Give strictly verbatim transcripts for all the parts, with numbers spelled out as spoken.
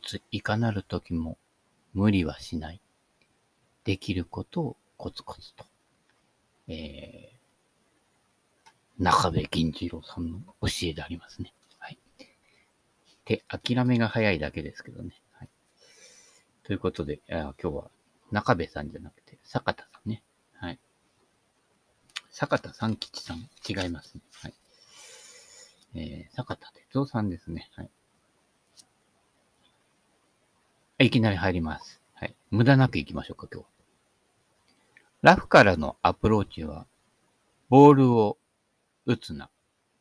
ついかなる時も無理はしない。できることをコツコツと。えー、中部銀次郎さんの教えでありますね。はい。で、諦めが早いだけですけどね。はい。ということで、あ今日は中部さんじゃなくて坂田さんね。はい。坂田三吉さん、違いますね。はい。えー、坂田哲夫さんですね。はい。いきなり入ります。はい。無駄なく行きましょうか、今日。ラフからのアプローチは、ボールを打つな。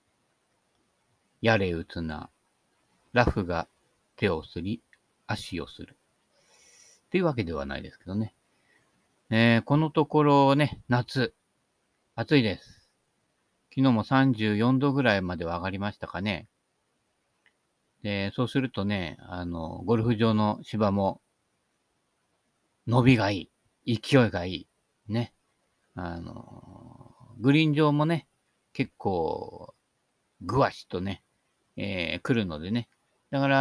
やれ打つな。ラフが手をすり、足をする。っていうわけではないですけどね。えー、このところね、夏、暑いです。昨日もさんじゅうよんどぐらいまでは上がりましたかね。で、そうするとね、あの、ゴルフ場の芝も伸びがいい、勢いがいい、ね。あの、グリーン上もね、結構、ぐわしとね、えー、来るのでね。だから、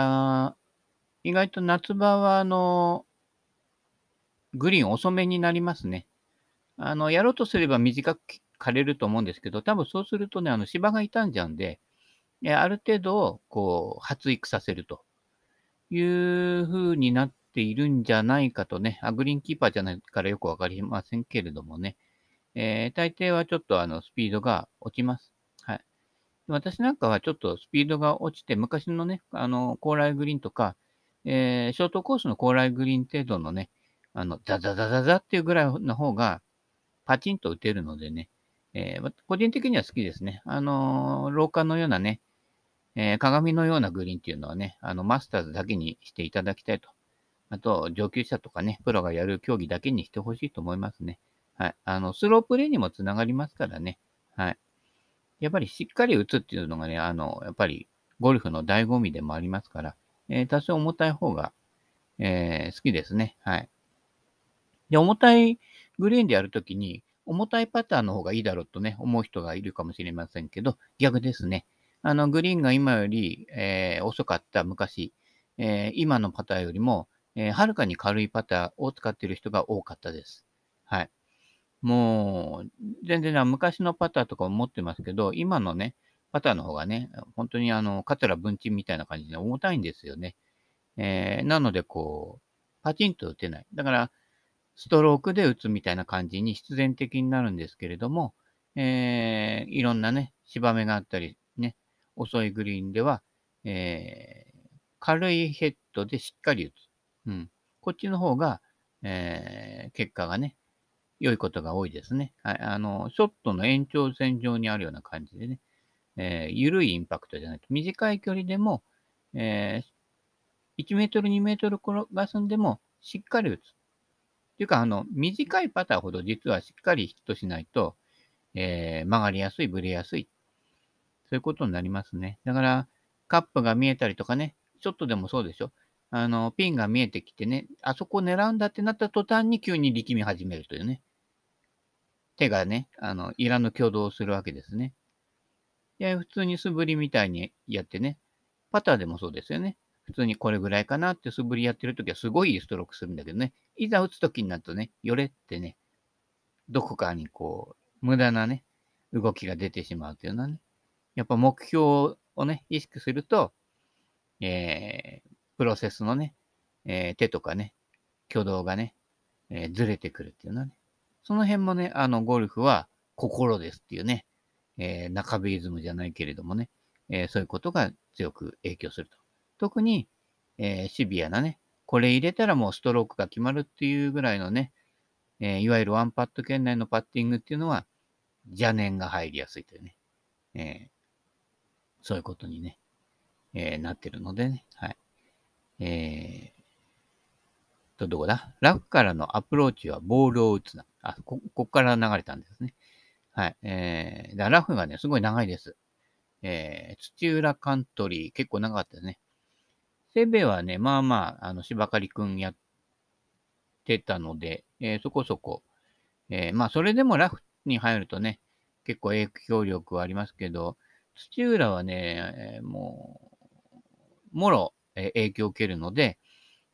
意外と夏場は、あの、グリーン遅めになりますね。あの、やろうとすれば短く刈れると思うんですけど、多分そうするとね、あの、芝が傷んじゃうんで、えある程度、こう、発育させるという風になっているんじゃないかとね、あ、グリーンキーパーじゃないからよくわかりませんけれどもね、えー、大抵はちょっとあの、スピードが落ちます。はい。私なんかはちょっとスピードが落ちて、昔のね、あの、高麗グリーンとか、えー、ショートコースの高麗グリーン程度のね、あの、ザザザザザっていうぐらいの方が、パチンと打てるのでね、えー、個人的には好きですね。あのー、廊下のようなね、えー、鏡のようなグリーンっていうのはね、あの、マスターズだけにしていただきたいと。あと、上級者とかね、プロがやる競技だけにしてほしいと思いますね。はい。あの、スロープレーにもつながりますからね。はい。やっぱりしっかり打つっていうのがね、あの、やっぱりゴルフの醍醐味でもありますから、えー、多少重たい方が、えー、好きですね。はい。で、重たいグリーンでやるときに、重たいパターの方がいいだろうとね、思う人がいるかもしれませんけど、逆ですね。あの、グリーンが今より、えー、遅かった昔、えー、今のパターよりも、えー、はるかに軽いパターを使っている人が多かったです。はい。もう、全然な昔のパターとかも持ってますけど、今のね、パターの方がね、本当にあの、桂文鎮みたいな感じで重たいんですよね。えー、なので、こう、パチンと打てない。だから、ストロークで打つみたいな感じに必然的になるんですけれども、えー、いろんなね、芝目があったり、ね、遅いグリーンでは、えー、軽いヘッドでしっかり打つ。うん。こっちの方が、えー、結果がね、良いことが多いですね。はい。あの、ショットの延長線上にあるような感じでね、えー、緩いインパクトじゃないと、短い距離でも、えー、いちメートル、にメートル転がすんでも、しっかり打つ。っていうか、あの、短いパターほど実はしっかりヒットしないと、えー、曲がりやすい、ぶれやすい。そういうことになりますね。だから、カップが見えたりとかね、ショットでもそうでしょ。あの、ピンが見えてきてね、あそこを狙うんだってなった途端に急に力み始めるというね。手がね、あの、いらぬ挙動をするわけですね。で、普通に素振りみたいにやってね、パターでもそうですよね。普通にこれぐらいかなって素振りやってるときはすごいストロークするんだけどね、いざ打つときになるとね、よれってね、どこかにこう、無駄なね、動きが出てしまうというのはね、やっぱ目標をね、意識すると、えー、プロセスのね、えー、手とかね、挙動がね、えー、ずれてくるっていうのはね、その辺もね、あの、ゴルフは心ですっていうね、えー、中部イズムじゃないけれどもね、えー、そういうことが強く影響すると。特に、えー、シビアなね、これ入れたらもうストロークが決まるっていうぐらいのね、えー、いわゆるワンパット圏内のパッティングっていうのは、邪念が入りやすいというね、えー、そういうことにね、えー、なってるのでね、はい。えー、と、どこだラフからのアプローチはボールを打つな。あ、こ、ここから流れたんですね。はい。えー、だラフがね、すごい長いです。えー、土浦カントリー、結構長かったですね。セベはね、まあまあ、あの、芝刈りくんやってたので、えー、そこそこ、えー、まあ、それでもラフに入るとね、結構影響力はありますけど、土浦はね、えーもう、もろ、えー影響を受けるので、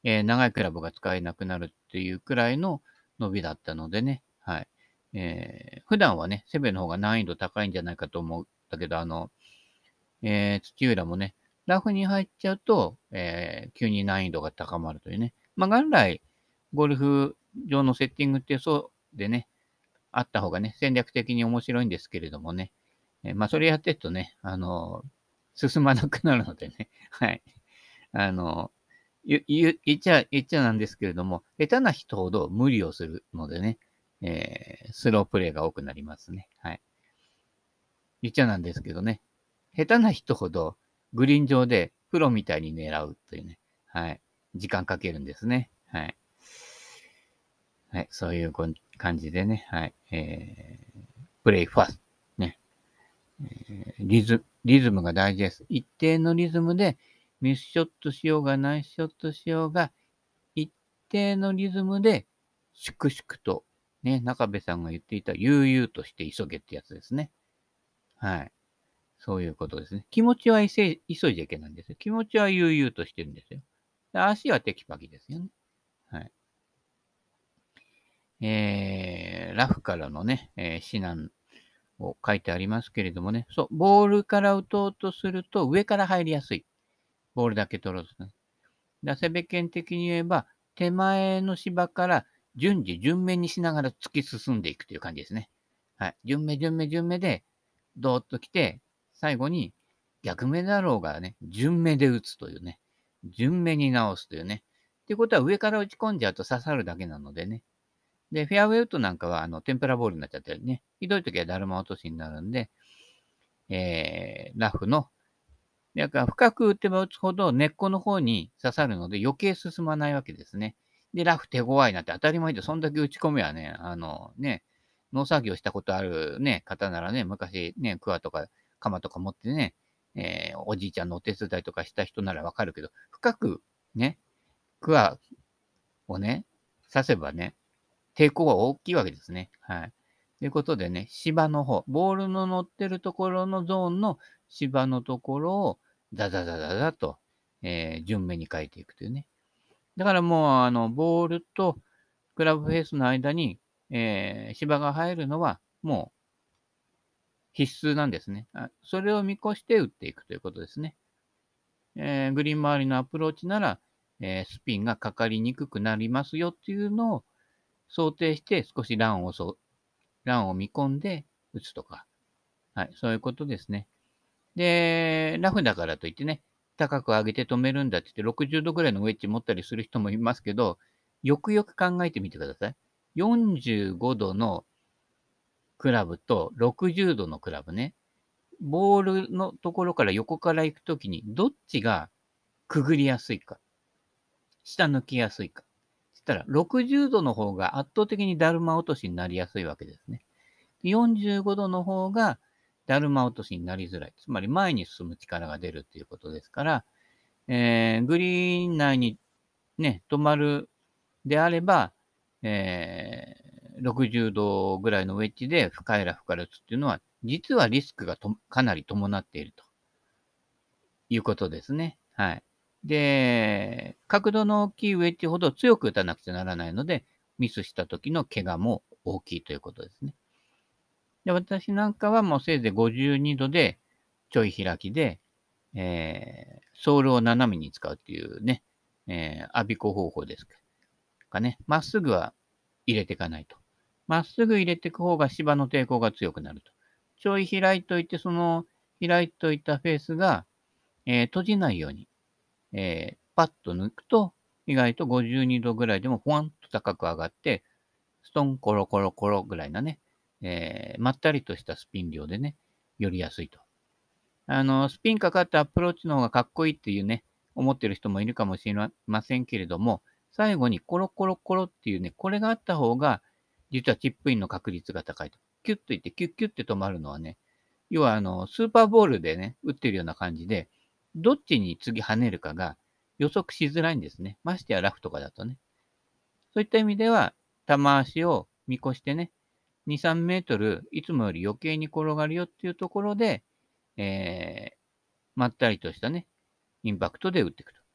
えー長いクラブが使えなくなるっていうくらいの伸びだったのでね、はい。えー普段はね、セベの方が難易度高いんじゃないかと思うんだけど、あの、えー土浦もね、ラフに入っちゃうと、えー急に難易度が高まるというね。まあ、元来、ゴルフ場のセッティングってそうでね、あった方がね、戦略的に面白いんですけれどもね。えーまあ、それやってるとね、あの進まなくなるのでね。はい。あの言言言っちゃ、言っちゃなんですけれども、下手な人ほど無理をするのでね、えースロープレイが多くなりますね。はい。言っちゃなんですけどね、下手な人ほどグリーン上でプロみたいに狙うというね、はい。時間かけるんですね。はい。はい。そういうこん感じでね、はい。えー、プレイファースト。ね。リズ、リズムが大事です。一定のリズムでミスショットしようがナイスショットしようが、一定のリズムで粛々と、ね、中部さんが言っていた悠々として急げってやつですね。はい。そういうことですね。気持ちは急い急いじゃいけないんですよ。気持ちは悠々としてるんですよ。で足はテキパキですよね。はい。えー、ラフからのね、えー指南を書いてありますけれどもね、そう、ボールから打とうとすると上から入りやすい。ボールだけ取ろうとする。ダセベケン的に言えば、手前の芝から順次、順目にしながら突き進んでいくという感じですね。はい。順目、順目、順目で、ドーッと来て、最後に逆目だろうがね、順目で打つというね。順目に直すというね。っていうことは上から打ち込んじゃうと刺さるだけなのでね。で、フェアウェイウッドなんかは、あの、天ぷらボールになっちゃったりね。ひどい時はだるま落としになるんで、えー、ラフの、だから深く打てば打つほど根っこの方に刺さるので余計進まないわけですね。で、ラフ手強いなって当たり前で、そんだけ打ち込めはね、あのね、農作業したことあるね、方ならね、昔ね、クワとか鎌とか持ってね、えーおじいちゃんのお手伝いとかした人ならわかるけど、深くね、クワをね、刺せばね、抵抗は大きいわけですね。はい。ということでね、芝の方、ボールの乗ってるところのゾーンの芝のところをザザザザザと、えー順目に書いていくというね。だからもう、あの、ボールとクラブフェースの間に、えー芝が入るのはもう必須なんですね。あそれを見越して打っていくということですね。えーグリーン周りのアプローチなら、えースピンがかかりにくくなりますよっていうのを想定して少しランをそランを見込んで打つとか。はい、そういうことですね。で、ラフだからといってね、高く上げて止めるんだって言って、ろくじゅうどぐらいのウェッジ持ったりする人もいますけど、よくよく考えてみてください。よんじゅうごどのクラブとろくじゅうどのクラブね、ボールのところから横から行くときに、どっちがくぐりやすいか、下抜きやすいか。そしたら、ろくじゅうどの方が圧倒的にだるま落としになりやすいわけですね。よんじゅうごどの方がだるま落としになりづらい。つまり前に進む力が出るっていうことですから、えーグリーン内にね、止まるであれば、えーろくじゅうどぐらいのウェッジで深いラフから打つっていうのは、実はリスクがとかなり伴っているということですね。はい。で、角度の大きいウェッジほど強く打たなくちゃならないので、ミスした時の怪我も大きいということですね。で、私なんかはもうせいぜいごじゅうにどでちょい開きで、えー、ソールを斜めに使うっていうね、えー、アビコ方法ですかね。まっすぐは入れていかないと。まっすぐ入れていく方が芝の抵抗が強くなると。ちょい開いといて、その開いといたフェースが、えー閉じないように、えーパッと抜くと、意外とごじゅうにどぐらいでもふわんと高く上がって、ストンコロコロコロぐらいなね、えーまったりとしたスピン量でね、寄りやすいと。あの、スピンかかったアプローチの方がかっこいいっていうね、思ってる人もいるかもしれませんけれども、最後にコロコロコロっていうね、これがあった方が、実はチップインの確率が高いと。キュッといって、キュッキュッって止まるのはね、要はあの、スーパーボールでね、打ってるような感じで、どっちに次跳ねるかが予測しづらいんですね。ましてやラフとかだとね。そういった意味では、球足を見越してね、に、さんメートルいつもより余計に転がるよっていうところで、えー、まったりとしたね、インパクトで打っていくと。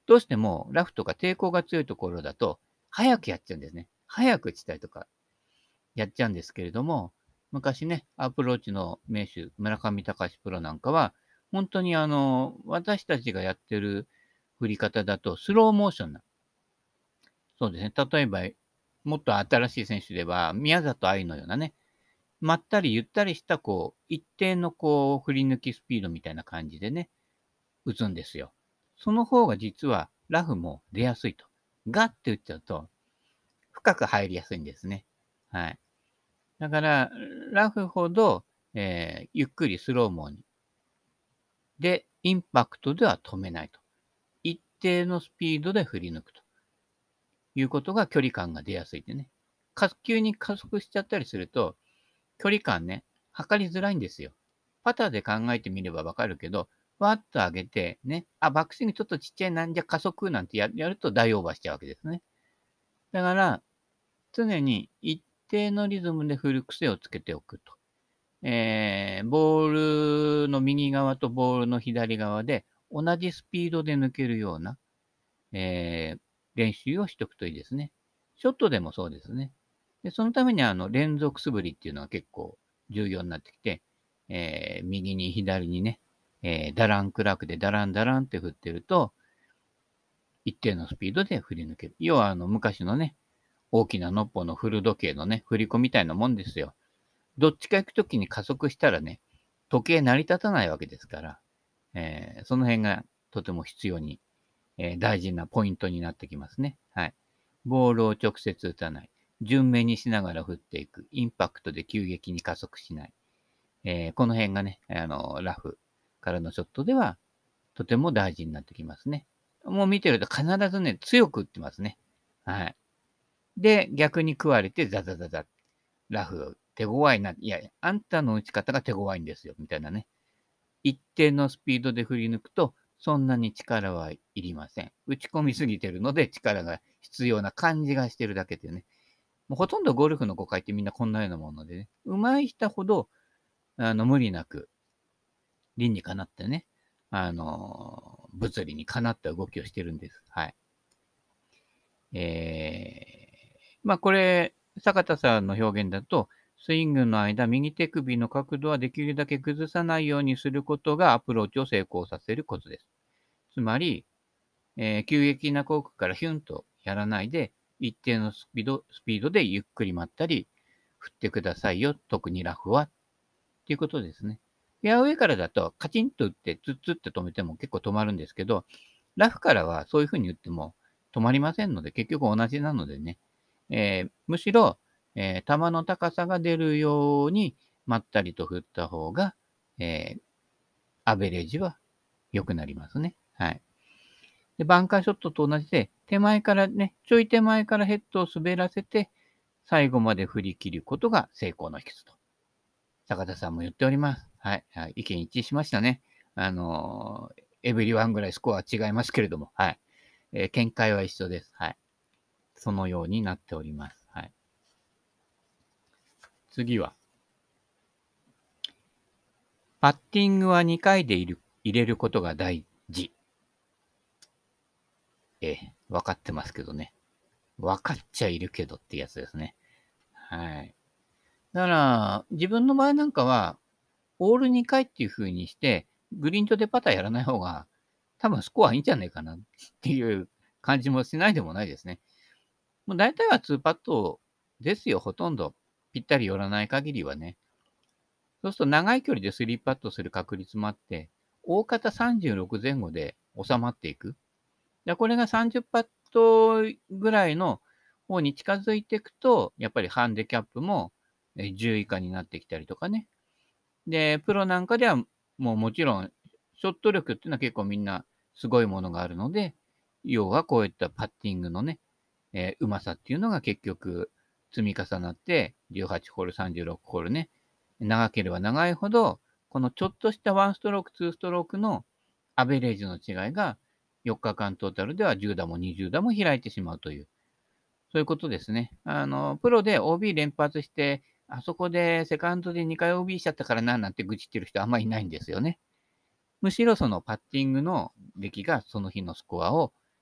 どうしてもラフとか抵抗が強いところだと、早くやっちゃうんですね。早く打ちたいとかやっちゃうんですけれども、昔ね、アプローチの名手、村上隆プロなんかは、本当にあの、私たちがやってる振り方だと、スローモーションな。そうですね。例えば、もっと新しい選手では、宮里藍のようなね、まったりゆったりした、こう、一定のこう、振り抜きスピードみたいな感じでね、打つんですよ。その方が実は、ラフも出やすいと。ガッて打っちゃうと、深く入りやすいんですね。はい。だから、ラフほど、えーゆっくりスローモーに。で、インパクトでは止めないと。一定のスピードで振り抜くということが距離感が出やすいでね。か急に加速しちゃったりすると、距離感ね、測りづらいんですよ。パターで考えてみればわかるけど、わーっと上げて、ね、あ、バックスイングちょっとちっちゃいなんじゃ加速なんてややると大オーバーしちゃうわけですね。だから、常に一定のリズムで振る癖をつけておくと。えー、ボールの右側とボールの左側で同じスピードで抜けるような、えー練習をしておくといいですね。ショットでもそうですね。でそのためにあの連続素振りっていうのは結構重要になってきて、えー右に左にね、えーダランクラークでダランダランって振ってると、一定のスピードで振り抜ける。要はあの昔のね、大きなノッポのフル時計のね、振り子みたいなもんですよ。どっちか行くときに加速したらね、時計成り立たないわけですから、えーその辺がとても必要に、えー大事なポイントになってきますね。はい。ボールを直接打たない。順目にしながら振っていく。インパクトで急激に加速しない。えーこの辺がね、あの、ラフからのショットではとても大事になってきますね。もう見てると必ずね、強く打ってますね。はい。で、逆に食われてザザザザ。ラフ、手強いな。いや、あんたの打ち方が手強いんですよ。みたいなね。一定のスピードで振り抜くと、そんなに力はいりません。打ち込みすぎてるので力が必要な感じがしてるだけでね。もうほとんどゴルフの誤解ってみんなこんなようなものでね。上手い人ほど、あの、無理なく、理にかなってね、あの、物理にかなった動きをしてるんです。はい。えー、まあこれ、坂田さんの表現だと、スイングの間、右手首の角度はできるだけ崩さないようにすることがアプローチを成功させるコツです。つまり、えー急激なコークからヒュンとやらないで、一定のスピードスピードでゆっくり待ったり、振ってくださいよ、特にラフは。っていうことですね。フェアウェイからだと、カチンと打って、ツッツって止めても結構止まるんですけど、ラフからはそういうふうに打っても止まりませんので、結局同じなのでね、えーむしろ、えー球の高さが出るように、まったりと振った方が、えーアベレージは良くなりますね。はい。で、バンカーショットと同じで、手前からね、ちょい手前からヘッドを滑らせて、最後まで振り切ることが成功の秘訣と。坂田さんも言っております。はい。はい、意見一致しましたね。あのーエブリワンぐらいスコアは違いますけれども、はい。えー見解は一緒です。はい。そのようになっております。はい。次は、パッティングはにかいで入れることが大事。えー、分かってますけどね。分かっちゃいるけどってやつですね。はい。だから、自分の場合なんかは、オールにかいっていう風にして、グリーン上でパターやらない方が、多分スコアいいんじゃないかなっていう感じもしないでもないですね。もう大体はにパットですよ、ほとんど。ぴったり寄らない限りはね。そうすると長い距離でスリーパットする確率もあって、大方さんじゅうろく前後で収まっていく。でこれがさんじゅうパットぐらいの方に近づいていくと、やっぱりハンデキャップもえじゅう以下になってきたりとかね。で、プロなんかではもうもちろん、ショット力っていうのは結構みんなすごいものがあるので、要はこういったパッティングのね、えーうまさっていうのが結局積み重なって、じゅうはちホール、さんじゅうろくホールね、長ければ長いほど、このちょっとしたワンストローク、ツーストロークのアベレージの違いがよっかかんトータルではじゅう打もにじゅう打も開いてしまうという、そういうことですね。あの、プロで オービー 連発して、あそこでセカンドでにかい オービー しちゃったからな、なんて愚痴ってる人あんまりいないんですよね。むしろそのパッティングの出来がその日のスコアを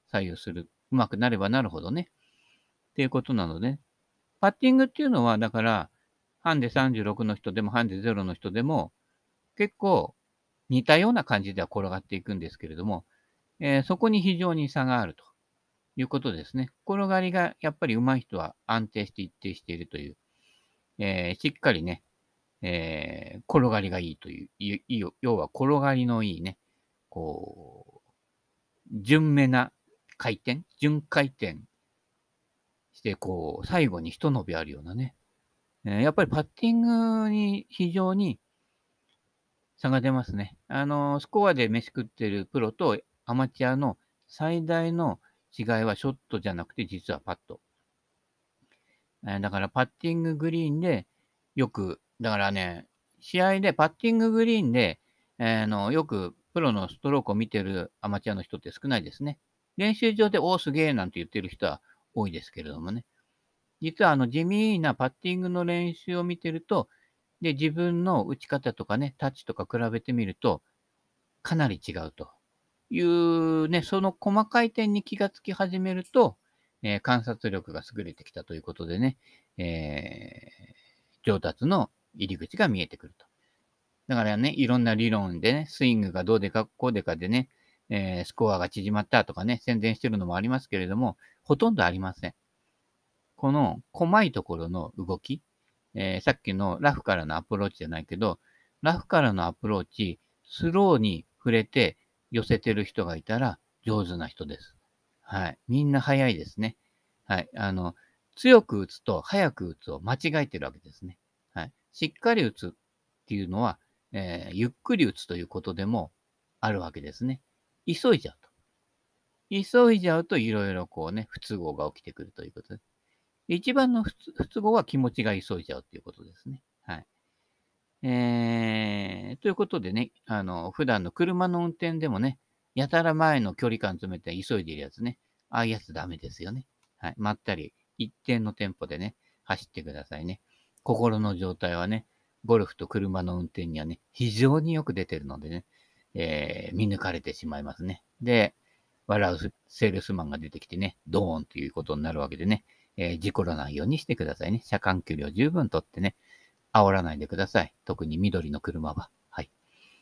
左右する。うまくなればなるほどね。っていうことなので、パッティングっていうのは、だから、ハンデさんじゅうろくの人でもハンデゼロの人でも、結構似たような感じでは転がっていくんですけれども、えーそこに非常に差があるということですね。転がりがやっぱり上手い人は安定して一定しているという、えーしっかりね、えー転がりがいいという、いいい要は転がりのいいね、こう、順目な回転、順回転して、こう、最後に一伸びあるようなね。えーやっぱりパッティングに非常に差が出ますね。あの、スコアで飯食ってるプロとアマチュアの最大の違いはショットじゃなくて実はパット。えーだからパッティンググリーンでよく、だからね、試合でパッティンググリーンで、えーあのよくプロのストロークを見てるアマチュアの人って少ないですね。練習場でおーすげーなんて言ってる人は多いですけれどもね。実はあの地味なパッティングの練習を見てると、で、自分の打ち方とかね、タッチとか比べてみると、かなり違うというね、その細かい点に気がつき始めると、えー観察力が優れてきたということでね、えー上達の入り口が見えてくると。だからね、いろんな理論でね、スイングがどうでか、こうでかでね、えースコアが縮まったとかね、宣伝してるのもありますけれども、ほとんどありません。この細いところの動き、えーさっきのラフからのアプローチじゃないけど、ラフからのアプローチ、スローに触れて寄せてる人がいたら上手な人です。はい。みんな早いですね。はい。あの、強く打つと早く打つを間違えてるわけですね。はい。しっかり打つっていうのは、えーゆっくり打つということでもあるわけですね。急いじゃうと。急いじゃうといろいろこうね、不都合が起きてくるということです。一番の不都不都合は気持ちが急いじゃうということですね。はい。えー、ということでね、あの、普段の車の運転でもね、やたら前の距離感詰めて急いでいるやつね、ああいうやつダメですよね。はい。まったり、一定のテンポでね、走ってくださいね。心の状態はね、ゴルフと車の運転にはね、非常によく出てるのでね、えー見抜かれてしまいますね。で、笑うセールスマンが出てきてね、ドーンということになるわけでね、えー事故らないようにしてくださいね。車間距離を十分とってね、煽らないでください。特に緑の車は。はい。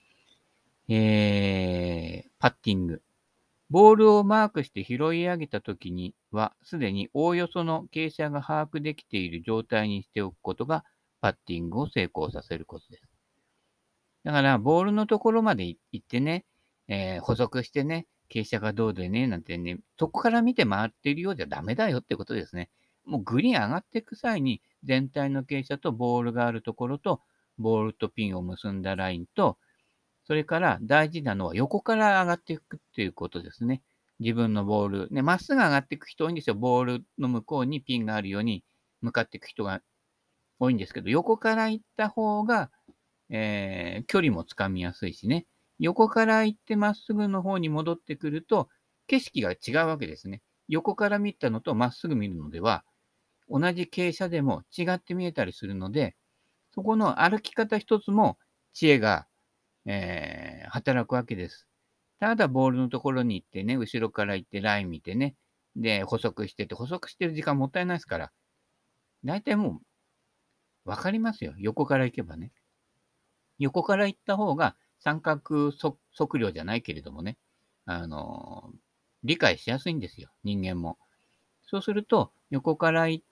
えー、パッティング。ボールをマークして拾い上げたときには、すでにおおよその傾斜が把握できている状態にしておくことが、パッティングを成功させることです。だから、ボールのところまで行ってね、えー補足してね、傾斜がどうでね、なんてね、そこから見て回っているようじゃダメだよってことですね。もうグリーン上がっていく際に、全体の傾斜とボールがあるところと、ボールとピンを結んだラインと、それから大事なのは横から上がっていくっていうことですね。自分のボール。ね、まっすぐ上がっていく人多いんですよ。ボールの向こうにピンがあるように向かっていく人が多いんですけど、横から行った方がえー距離もつかみやすいしね。横から行ってまっすぐの方に戻ってくると、景色が違うわけですね。横から見たのとまっすぐ見るのでは、同じ傾斜でも違って見えたりするので、そこの歩き方一つも知恵が、えー働くわけです。ただボールのところに行ってね、後ろから行ってライン見てね、で、補足してて、補足してる時間もったいないですから、大体もう分かりますよ。横から行けばね。横から行った方が三角測測量じゃないけれどもね、あの、理解しやすいんですよ、人間も。そうすると、横から行って、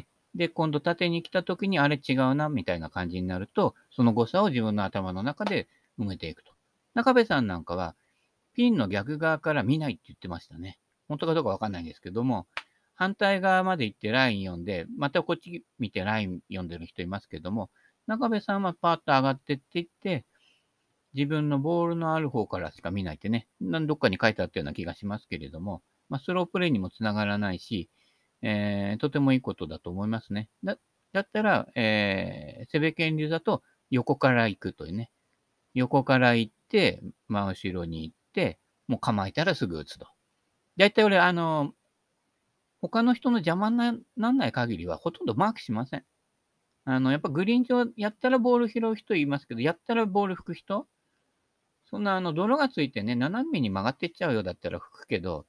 で、今度縦に来た時にあれ違うな、みたいな感じになると、その誤差を自分の頭の中で埋めていくと。中部さんなんかは、ピンの逆側から見ないって言ってましたね。本当かどうかわかんないんですけども、反対側まで行ってライン読んで、またこっち見てライン読んでる人いますけども、中部さんはパーッと上がってっていって、自分のボールのある方からしか見ないってね、なんどっかに書いてあったような気がしますけれども、まあ、スロープレイにもつながらないし、えーとてもいいことだと思いますね。だだったら、えー、セベケン流だと横から行くというね。横から行って、真後ろに行って、もう構えたらすぐ打つと。だいたい俺、あの、他の人の邪魔にななんない限りはほとんどマークしません。あの、やっぱグリーン上やったらボール拾う人いますけど、やったらボール吹く人そんなあの泥がついてね、斜めに曲がってっちゃうようだったら吹くけど、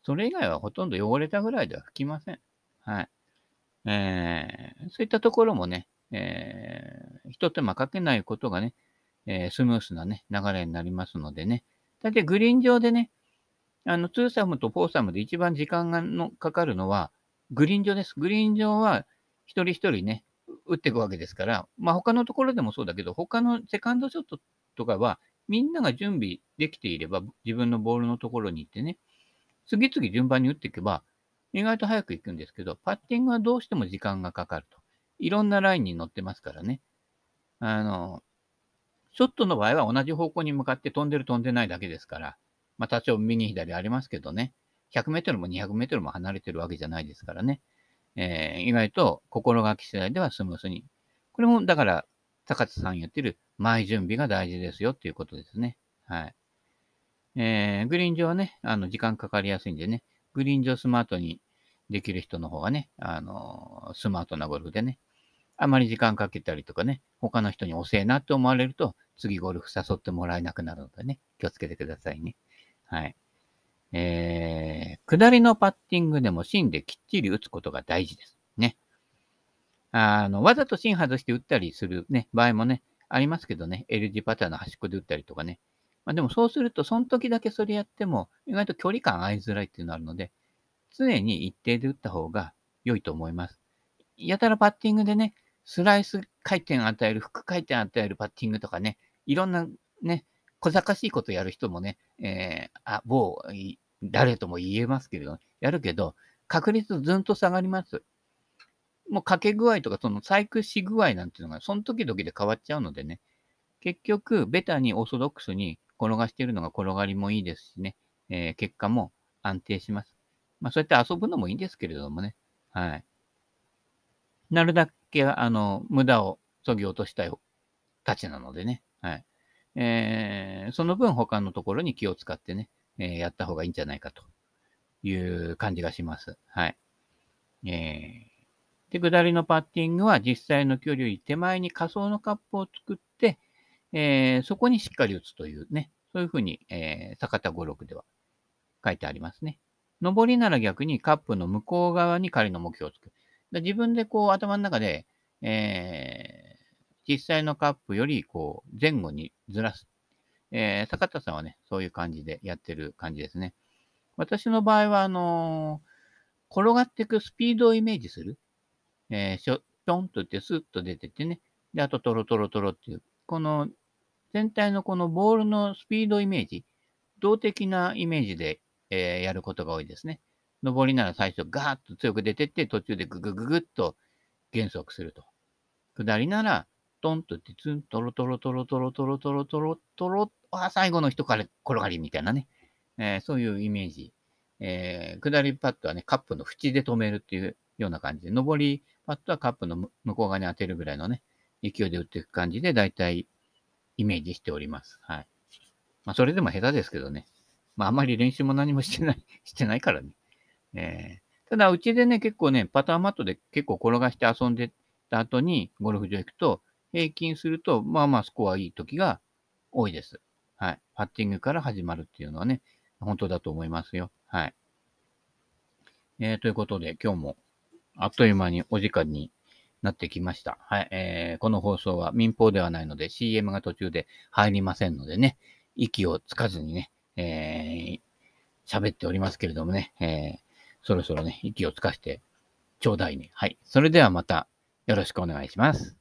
それ以外はほとんど汚れたぐらいでは吹きません。はい。えー、そういったところもね、えー、一手間かけないことがね、えースムースなね、流れになりますのでね。だってグリーン上でね、あの、ツーサムとフォーサムで一番時間がのかかるのは、グリーン上です。グリーン上は、一人一人ね、打っていくわけですから、まあ他のところでもそうだけど、他のセカンドショットとかは、みんなが準備できていれば、自分のボールのところに行ってね、次々順番に打っていけば、意外と早く行くんですけど、パッティングはどうしても時間がかかると。いろんなラインに乗ってますからね。あの、ショットの場合は同じ方向に向かって飛んでる飛んでないだけですから、まあ多少右左ありますけどね、ひゃくメートルもにひゃくメートルも離れてるわけじゃないですからね、えー意外と心がけ次第ではスムースに。これもだから、高津さん言ってる前準備が大事ですよっていうことですね。はい。えー、グリーン上はね、あの、時間かかりやすいんでね、グリーン上スマートにできる人の方がね、あの、スマートなゴルフでね、あまり時間かけたりとかね、他の人に遅えなって思われると、次ゴルフ誘ってもらえなくなるのでね、気をつけてくださいね。はい。えー、下りのパッティングでも芯できっちり打つことが大事です。ね。あの、わざと芯外して打ったりするね、場合もね、ありますけどね、L 字パターンの端っこで打ったりとかね。まあでもそうすると、その時だけそれやっても、意外と距離感合いづらいっていうのがあるので、常に一定で打った方が良いと思います。やたらパッティングでね、スライス回転与える、フック回転与えるパッティングとかね、いろんなね、小賢しいことやる人もね、えー、あ、某、い誰とも言えますけれど、やるけど、確率ずんと下がります。もうかけ具合とか、その細工し具合なんていうのが、その時々で変わっちゃうのでね、結局、ベタにオーソドックスに転がしているのが転がりもいいですしね、えー結果も安定します。まあ、そうやって遊ぶのもいいんですけれどもね。はい。なるだけ、あの、無駄を削ぎ落としたいたちなのでね。はい。えー、その分他のところに気を使ってね、えーやった方がいいんじゃないかという感じがします。はい。えー、で、下りのパッティングは実際の距離より手前に仮想のカップを作って、えー、そこにしっかり打つというね、そういうふうに、えー、坂田五六では書いてありますね。上りなら逆にカップの向こう側に仮の目標を作る。で自分でこう頭の中で、えー、実際のカップよりこう前後にずらす。えー、坂田さんはね、そういう感じでやってる感じですね。私の場合は、あのー転がっていくスピードをイメージする。えー、しょ、ぴょんと打ってスッと出てってね。で、あとトロトロトロっていう。この全体のこのボールのスピードイメージ。動的なイメージで、えーやることが多いですね。上りなら最初ガーッと強く出てって、途中でググググッと減速すると。下りなら、トンとってツン、トロトロトロトロトロトロトロトロ、あ、最後の人から転がりみたいなね。えーそういうイメージ。えー下りパッドはね、カップの縁で止めるっていうような感じで、上りパッドはカップの向こう側に当てるぐらいのね、勢いで打っていく感じで、だいたいイメージしております。はい。まあ、それでも下手ですけどね。まあ、あんまり練習も何もしてない、してないからね。えー、ただ、うちでね、結構ね、パターマットで結構転がして遊んでた後に、ゴルフ場行くと、平均すると、まあまあスコアいい時が多いです。はい。パッティングから始まるっていうのはね、本当だと思いますよ。はい。えー、ということで、今日もあっという間にお時間になってきました。はい。えー、この放送は民放ではないので シーエム が途中で入りませんのでね、息をつかずにね、えー、喋っておりますけれどもね、えー、そろそろね、息をつかせてちょうだいね。はい。それではまたよろしくお願いします。